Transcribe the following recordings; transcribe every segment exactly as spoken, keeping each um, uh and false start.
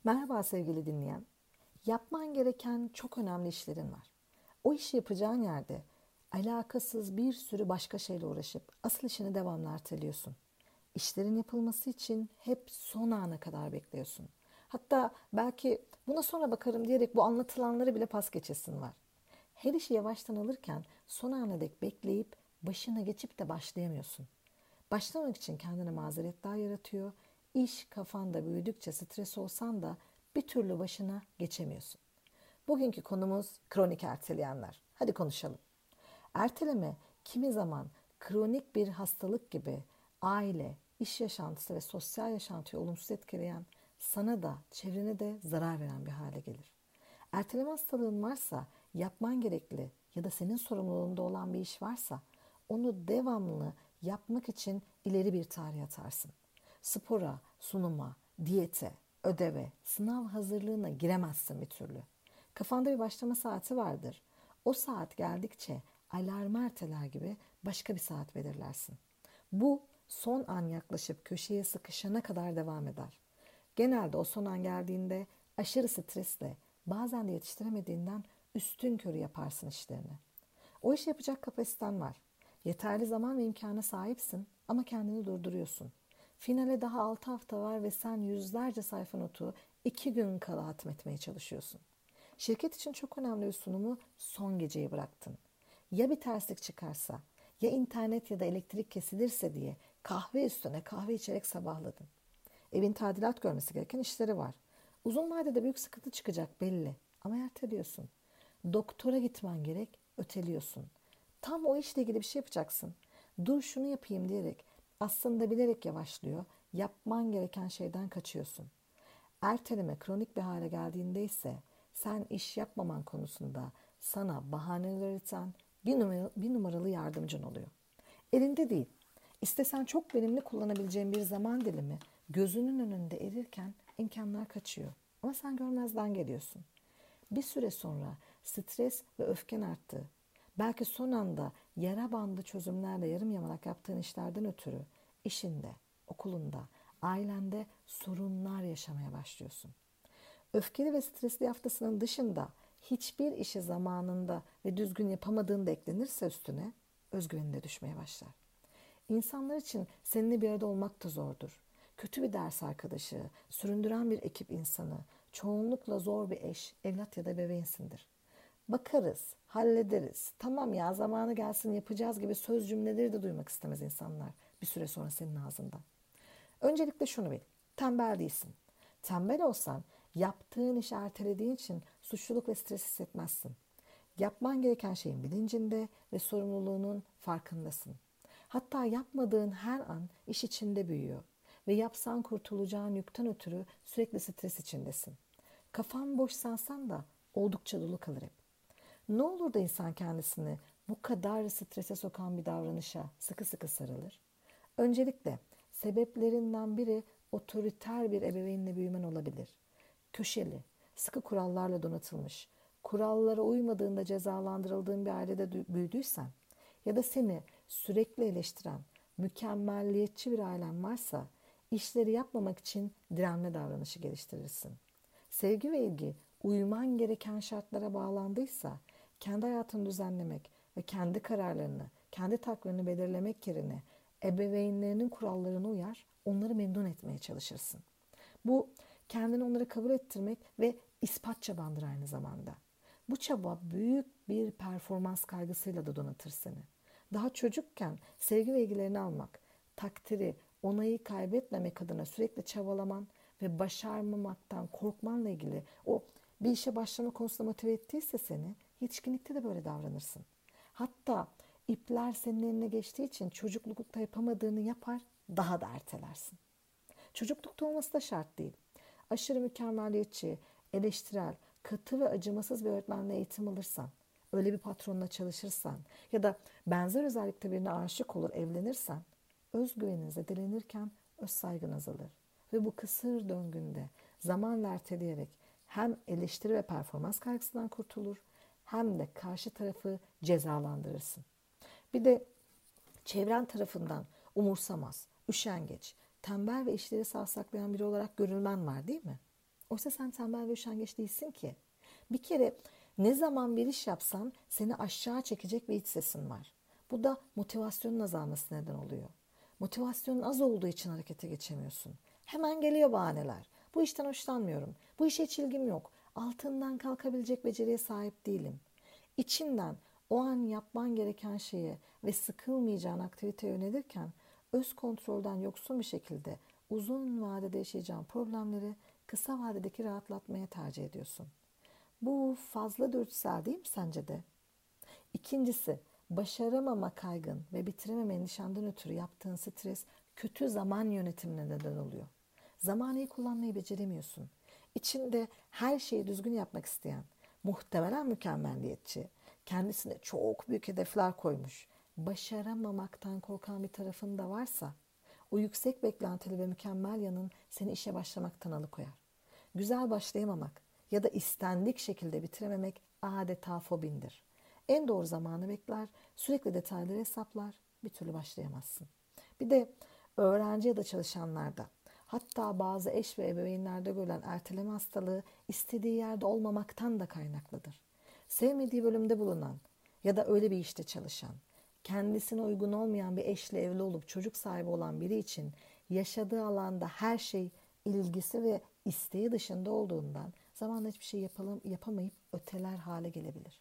Merhaba sevgili dinleyen. Yapman gereken çok önemli işlerin var. O işi yapacağın yerde alakasız bir sürü başka şeyle uğraşıp asıl işini devamlı erteliyorsun. İşlerin yapılması için hep son ana kadar bekliyorsun. Hatta belki buna sonra bakarım diyerek bu anlatılanları bile pas geçesin var. Her işi yavaştan alırken son ana dek bekleyip başına geçip de başlayamıyorsun. Başlamak için kendine mazeretler yaratıyor. İş kafanda büyüdükçe stres olsan da bir türlü başına geçemiyorsun. Bugünkü konumuz kronik erteleyenler. Hadi konuşalım. Erteleme kimi zaman kronik bir hastalık gibi aile, iş yaşantısı ve sosyal yaşantıyı olumsuz etkileyen, sana da çevrene de zarar veren bir hale gelir. Erteleme hastalığın varsa, yapman gerekli ya da senin sorumluluğunda olan bir iş varsa onu devamlı yapmak için ileri bir tarih atarsın. Spora, sunuma, diyete, ödeve, sınav hazırlığına giremezsin bir türlü. Kafanda bir başlama saati vardır. O saat geldikçe alarm erteler gibi başka bir saat belirlersin. Bu son an yaklaşıp köşeye sıkışana kadar devam eder. Genelde o son an geldiğinde aşırı stresle, bazen de yetiştiremediğinden üstün körü yaparsın işlerini. O işi yapacak kapasiten var. Yeterli zaman ve imkana sahipsin ama kendini durduruyorsun. Finale daha altı hafta var ve sen yüzlerce sayfa notu iki gün kala hatmetmeye çalışıyorsun. Şirket için çok önemli bir sunumu son geceye bıraktın. Ya bir terslik çıkarsa, ya internet ya da elektrik kesilirse diye kahve üstüne kahve içerek sabahladın. Evin tadilat görmesi gereken işleri var. Uzun vadede büyük sıkıntı çıkacak belli ama erteliyorsun. Doktora gitmen gerek, öteliyorsun. Tam o işle ilgili bir şey yapacaksın. Dur şunu yapayım diyerek aslında bilerek yavaşlıyor, yapman gereken şeyden kaçıyorsun. Erteleme kronik bir hale geldiğinde ise sen iş yapmaman konusunda sana bahaneler üreten bir numaralı, bir numaralı yardımcın oluyor. Elinde değil. İstesen çok verimli kullanabileceğin bir zaman dilimi gözünün önünde erirken imkanlar kaçıyor. Ama sen görmezden geliyorsun. Bir süre sonra stres ve öfken arttı. Belki son anda yara bandı çözümlerle yarım yamalak yaptığın işlerden ötürü işinde, okulunda, ailende sorunlar yaşamaya başlıyorsun. Öfkeli ve stresli haftasının dışında hiçbir işi zamanında ve düzgün yapamadığın da eklenirse üstüne özgüvenin de düşmeye başlar. İnsanlar için seninle bir arada olmak da zordur. Kötü bir ders arkadaşı, süründüren bir ekip insanı, çoğunlukla zor bir eş, evlat ya da bebeğinsindir. Bakarız, hallederiz, tamam ya zamanı gelsin yapacağız gibi söz cümleleri de duymak istemez insanlar bir süre sonra senin ağzından. Öncelikle şunu bil, tembel değilsin. Tembel olsan yaptığın işi ertelediğin için suçluluk ve stres hissetmezsin. Yapman gereken şeyin bilincinde ve sorumluluğunun farkındasın. Hatta yapmadığın her an iş içinde büyüyor ve yapsan kurtulacağın yükten ötürü sürekli stres içindesin. Kafan boş sansan da oldukça dolu kalır hep. Ne olur da insan kendisini bu kadar strese sokan bir davranışa sıkı sıkı sarılır? Öncelikle sebeplerinden biri otoriter bir ebeveynle büyümen olabilir. Köşeli, sıkı kurallarla donatılmış, kurallara uymadığında cezalandırıldığın bir ailede büyüdüysen ya da seni sürekli eleştiren, mükemmelliyetçi bir ailen varsa işleri yapmamak için direnme davranışı geliştirirsin. Sevgi ve ilgi uyman gereken şartlara bağlandıysa kendi hayatını düzenlemek ve kendi kararlarını, kendi taklarını belirlemek yerine ebeveynlerinin kurallarına uyar, onları memnun etmeye çalışırsın. Bu kendini onlara kabul ettirmek ve ispat çabandır aynı zamanda. Bu çaba büyük bir performans kaygısıyla da donatır seni. Daha çocukken sevgi ve ilgilerini almak, takdiri, onayı kaybetmemek adına sürekli çabalaman ve başarmamaktan korkmanla ilgili o bir işe başlama konusunda motive ettiyse seni, yetişkinlikte de böyle davranırsın. Hatta ipler senin eline geçtiği için çocuklukta yapamadığını yapar, daha da ertelersin. Çocuklukta olması da şart değil. Aşırı mükemmeliyetçi, eleştirel, katı ve acımasız bir öğretmenle eğitim alırsan, öyle bir patronla çalışırsan ya da benzer özellikle birine aşık olur evlenirsen, özgüvenin zedelenirken öz saygın azalır. Ve bu kısır döngünde zamanla erteleyerek hem eleştiri ve performans kaygısından kurtulur hem de karşı tarafı cezalandırırsın. Bir de çevren tarafından umursamaz, üşengeç, tembel ve işleri savsaklayan biri olarak görülmen var değil mi? Oysa sen tembel ve üşengeç değilsin ki. Bir kere ne zaman bir iş yapsan seni aşağı çekecek bir iç sesin var. Bu da motivasyonun azalması neden oluyor. Motivasyonun az olduğu için harekete geçemiyorsun. Hemen geliyor bahaneler. Bu işten hoşlanmıyorum. Bu işe hiç ilgim yok. Altından kalkabilecek beceriye sahip değilim. İçinden o an yapman gereken şeye ve sıkılmayacağın aktiviteye yönelirken öz kontrolden yoksun bir şekilde uzun vadede yaşayacağın problemleri kısa vadedeki rahatlatmaya tercih ediyorsun. Bu fazla dürtüsel değil mi sence de? İkincisi, başaramama kaygın ve bitirememe endişenden ötürü yaptığın stres kötü zaman yönetimine neden oluyor. Zamanı iyi kullanmayı beceremiyorsun. İçinde her şeyi düzgün yapmak isteyen, muhtemelen mükemmelliyetçi, kendisine çok büyük hedefler koymuş, başaramamaktan korkan bir tarafın da varsa, o yüksek beklentili ve mükemmel yanın seni işe başlamaktan alıkoyar. Güzel başlayamamak ya da istendik şekilde bitirememek adeta fobindir. En doğru zamanı bekler, sürekli detayları hesaplar, bir türlü başlayamazsın. Bir de öğrenci ya da çalışanlarda, hatta bazı eş ve ebeveynlerde görülen erteleme hastalığı istediği yerde olmamaktan da kaynaklıdır. Sevmediği bölümde bulunan ya da öyle bir işte çalışan, kendisine uygun olmayan bir eşle evli olup çocuk sahibi olan biri için yaşadığı alanda her şey ilgisi ve isteği dışında olduğundan zamanla hiçbir şey yapalım, yapamayıp öteler hale gelebilir.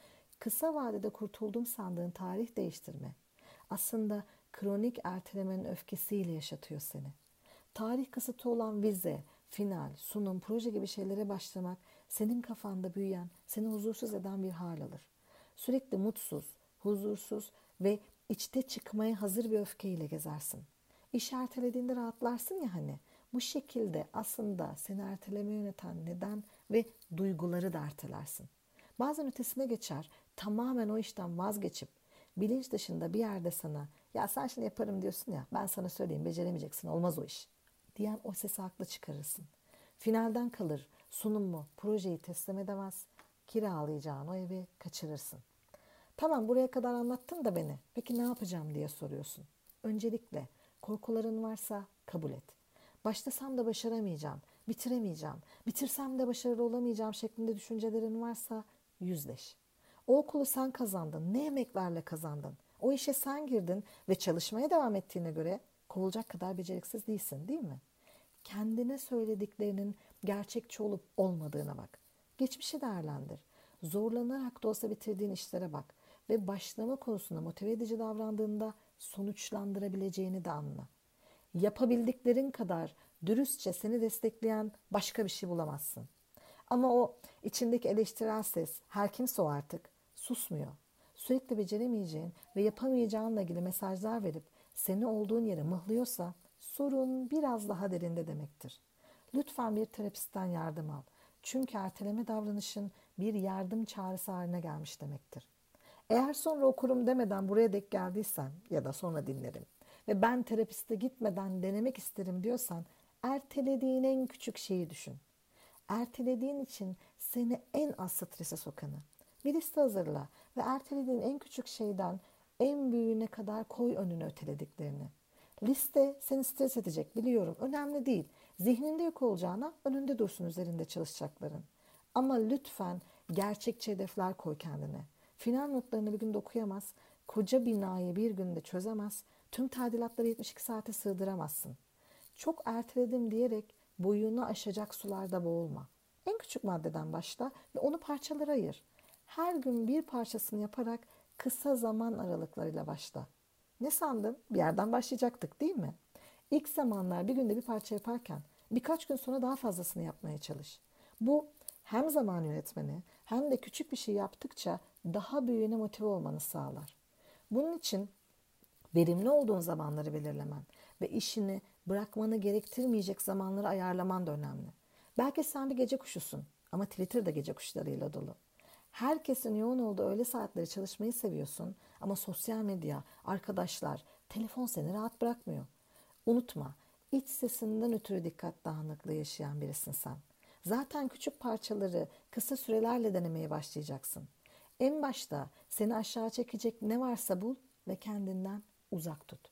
Kısa vadede kurtuldum sandığın tarih değiştirme aslında kronik ertelemenin öfkesiyle yaşatıyor seni. Tarih kısıtı olan vize, final, sunum, proje gibi şeylere başlamak senin kafanda büyüyen, seni huzursuz eden bir hal alır. Sürekli mutsuz, huzursuz ve içte çıkmaya hazır bir öfkeyle gezersin. İş ertelediğinde rahatlarsın ya hani. Bu şekilde aslında seni ertelemeye yöneten neden ve duyguları da ertelersin. Bazen ötesine geçer, tamamen o işten vazgeçip bilinç dışında bir yerde sana ya sen şimdi yaparım diyorsun ya ben sana söyleyeyim beceremeyeceksin olmaz o iş diyen o sesi haklı çıkarırsın. Finalden kalır, sunumu, projeyi teslim edemez, kiralayacağın o evi kaçırırsın. Tamam buraya kadar anlattın da beni. Peki ne yapacağım diye soruyorsun. Öncelikle korkuların varsa kabul et. Başlasam da başaramayacağım, bitiremeyeceğim, bitirsem de başarılı olamayacağım şeklinde düşüncelerin varsa yüzleş. O okulu sen kazandın, ne emeklerle kazandın. O işe sen girdin ve çalışmaya devam ettiğine göre kovulacak kadar beceriksiz değilsin değil mi? Kendine söylediklerinin gerçekçi olup olmadığına bak. Geçmişi değerlendir. Zorlanarak da olsa bitirdiğin işlere bak. Ve başlama konusunda motive edici davrandığında sonuçlandırabileceğini de anla. Yapabildiklerin kadar dürüstçe seni destekleyen başka bir şey bulamazsın. Ama o içindeki eleştirel ses, her kimse o artık, susmuyor. Sürekli beceremeyeceğin ve yapamayacağınla ilgili mesajlar verip seni olduğun yere mıhlıyorsa sorun biraz daha derinde demektir. Lütfen bir terapistten yardım al. Çünkü erteleme davranışın bir yardım çağrısı haline gelmiş demektir. Eğer sonra okurum demeden buraya dek geldiysen ya da sonra dinlerim ve ben terapiste gitmeden denemek isterim diyorsan ertelediğin en küçük şeyi düşün. Ertelediğin için seni en az strese sokanı. Bir liste hazırla ve ertelediğin en küçük şeyden en büyüğüne kadar koy önüne ötelediklerini. Liste seni stres edecek biliyorum. Önemli değil. Zihninde yok olacağına önünde dursun üzerinde çalışacakların. Ama lütfen gerçekçi hedefler koy kendine. Final notlarını bir günde okuyamaz, koca binayı bir günde çözemez, tüm tadilatları yetmiş iki saate sığdıramazsın. Çok erteledim diyerek boyunu aşacak sularda boğulma. En küçük maddeden başla ve onu parçalara ayır. Her gün bir parçasını yaparak kısa zaman aralıklarıyla başla. Ne sandın? Bir yerden başlayacaktık değil mi? İlk zamanlar bir günde bir parça yaparken birkaç gün sonra daha fazlasını yapmaya çalış. Bu hem zaman yönetmeni hem de küçük bir şey yaptıkça daha büyüğüne motive olmanı sağlar. Bunun için verimli olduğun zamanları belirlemen ve işini bırakmanı gerektirmeyecek zamanları ayarlaman da önemli. Belki sen bir gece kuşusun ama Twitter da gece kuşlarıyla dolu. Herkesin yoğun olduğu öğle saatleri çalışmayı seviyorsun ama sosyal medya, arkadaşlar, telefon seni rahat bırakmıyor. Unutma, iç sesinden ötürü dikkat dağınıklığı yaşayan birisin sen. Zaten küçük parçaları kısa sürelerle denemeye başlayacaksın. En başta seni aşağı çekecek ne varsa bul ve kendinden uzak tut.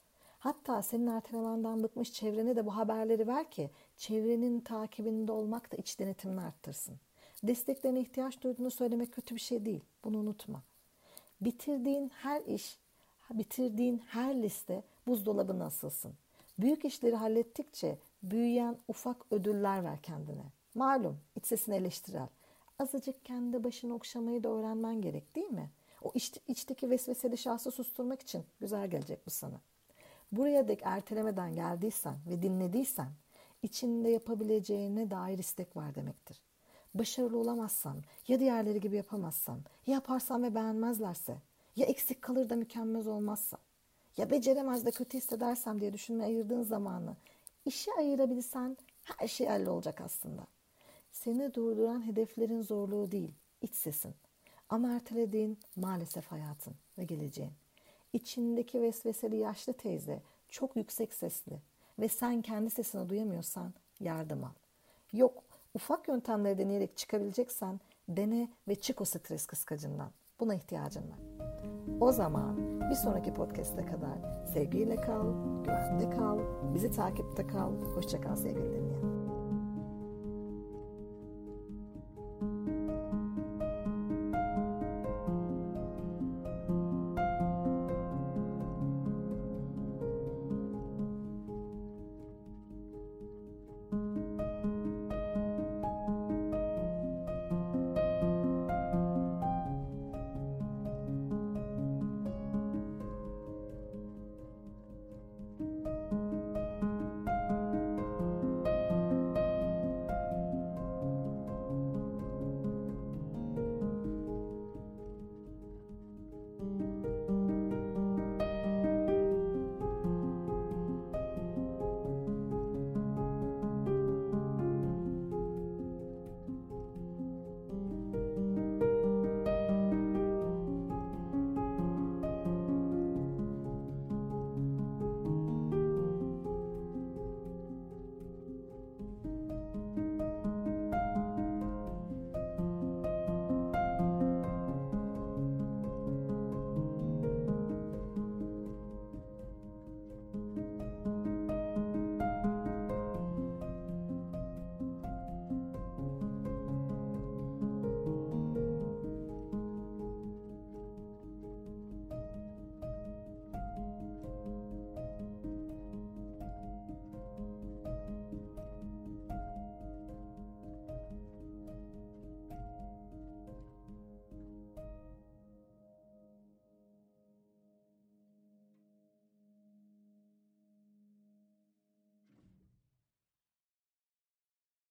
Hatta senin ertelemenden bıkmış çevrene de bu haberleri ver ki çevrenin takibinde olmak da iç denetimini arttırsın. Desteklerine ihtiyaç duyduğunu söylemek kötü bir şey değil. Bunu unutma. Bitirdiğin her iş, bitirdiğin her liste buzdolabına asılsın. Büyük işleri hallettikçe büyüyen ufak ödüller ver kendine. Malum iç sesini eleştirel. Azıcık kendi başını okşamayı da öğrenmen gerek değil mi? O iç, içteki vesveseli şahsı susturmak için güzel gelecek bu sana. Buraya dek ertelemeden geldiysen ve dinlediysen içinde yapabileceğine dair istek var demektir. Başarılı olamazsam, ya diğerleri gibi yapamazsam, ya yaparsam ve beğenmezlerse, ya eksik kalır da mükemmel olmazsa, ya beceremez de kötü hissedersem diye düşünmeye ayırdığın zamanı işe ayırabilsen her şey hallolacak aslında. Seni durduran hedeflerin zorluğu değil, iç sesin. Ama ertelediğin maalesef hayatın ve geleceğin. İçindeki vesveseli yaşlı teyze çok yüksek sesli ve sen kendi sesini duyamıyorsan yardım al. Yok, ufak yöntemleri deneyerek çıkabileceksen dene ve çık o stres kıskacından. Buna ihtiyacın var. O zaman bir sonraki podcast'e kadar sevgiyle kal, güvende kal, bizi takipte kal. Hoşça kal sevgili dinleyiciler.